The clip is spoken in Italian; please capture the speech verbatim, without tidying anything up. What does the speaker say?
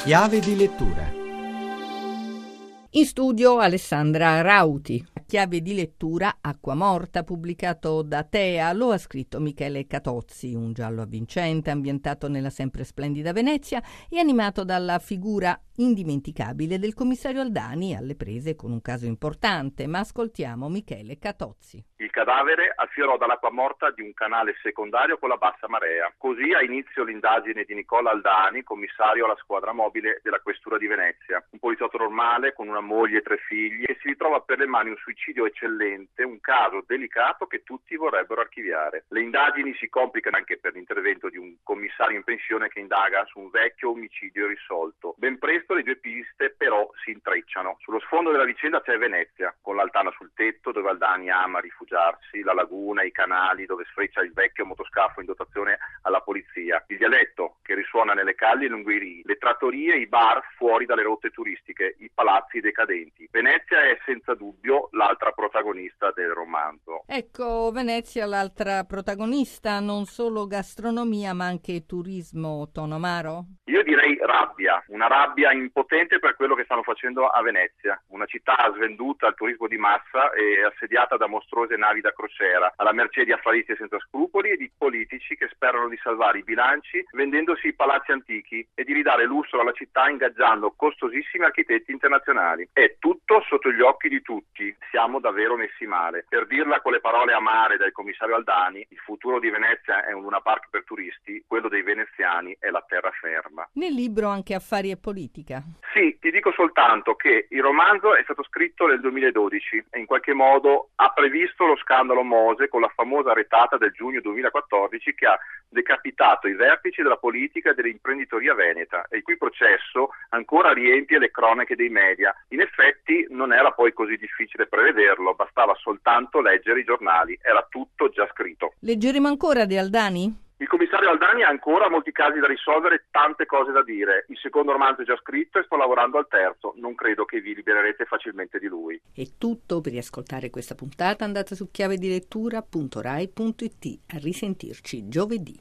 Chiave di lettura. In studio Alessandra Rauti. Chiave di lettura Acqua Morta, pubblicato da Tea, lo ha scritto Michele Catozzi, un giallo avvincente ambientato nella sempre splendida Venezia e animato dalla figura indimenticabile del commissario Aldani, alle prese con un caso importante. Ma ascoltiamo Michele Catozzi. Il cadavere affiorò dall'acqua morta di un canale secondario con la bassa marea. Così ha inizio l'indagine di Nicola Aldani, commissario alla squadra mobile della questura di Venezia. Un poliziotto normale con una moglie e tre figli, e si ritrova per le mani un suicidio eccellente, un caso delicato che tutti vorrebbero archiviare. Le indagini si complicano anche per l'intervento di un commissario in pensione che indaga su un vecchio omicidio irrisolto. Ben presto le due piste però si intrecciano. Sullo sfondo della vicenda c'è Venezia, con l'altana sul tetto dove Aldani ama rifugiarsi, la laguna, i canali dove sfreccia il vecchio motoscafo in dotazione alla polizia, il dialetto che risuona nelle calli e lungherie, le trattorie e i bar fuori dalle rotte turistiche, i palazzi decadenti. Venezia è senza dubbio l'altra protagonista del romanzo. Ecco, Venezia l'altra protagonista, non solo gastronomia ma anche turismo, tono amaro? Io direi rabbia, una rabbia impotente per quello che stanno facendo a Venezia, una città svenduta al turismo di massa e assediata da mostruose navi da crociera, alla mercé di affaristi senza scrupoli e di politici che sperano di salvare i bilanci vendendosi i palazzi antichi e di ridare lusso alla città ingaggiando costosissimi architetti internazionali. È tutto sotto gli occhi di tutti, siamo davvero messi male. Per dirla con le parole amare del commissario Aldani, il futuro di Venezia è un Luna Park per turisti, quello dei veneziani è la terraferma. Nel libro anche affari e politica. Sì, ti dico soltanto che il romanzo è stato scritto nel duemiladodici e in qualche modo ha previsto lo scandalo Mose con la famosa retata del giugno duemilaquattordici che ha decapitato i vertici della politica e dell'imprenditoria veneta e il cui processo ancora riempie le cronache dei media. In effetti non era poi così difficile prevederlo, bastava soltanto leggere i giornali, era tutto già scritto. Leggeremo ancora di Aldani? Il commissario Aldani ha ancora molti casi da risolvere, tante cose da dire. Il secondo romanzo è già scritto e sto lavorando al terzo. Non credo che vi libererete facilmente di lui. È tutto. Per riascoltare questa puntata andate su chiavedilettura punto rai punto it. A risentirci giovedì.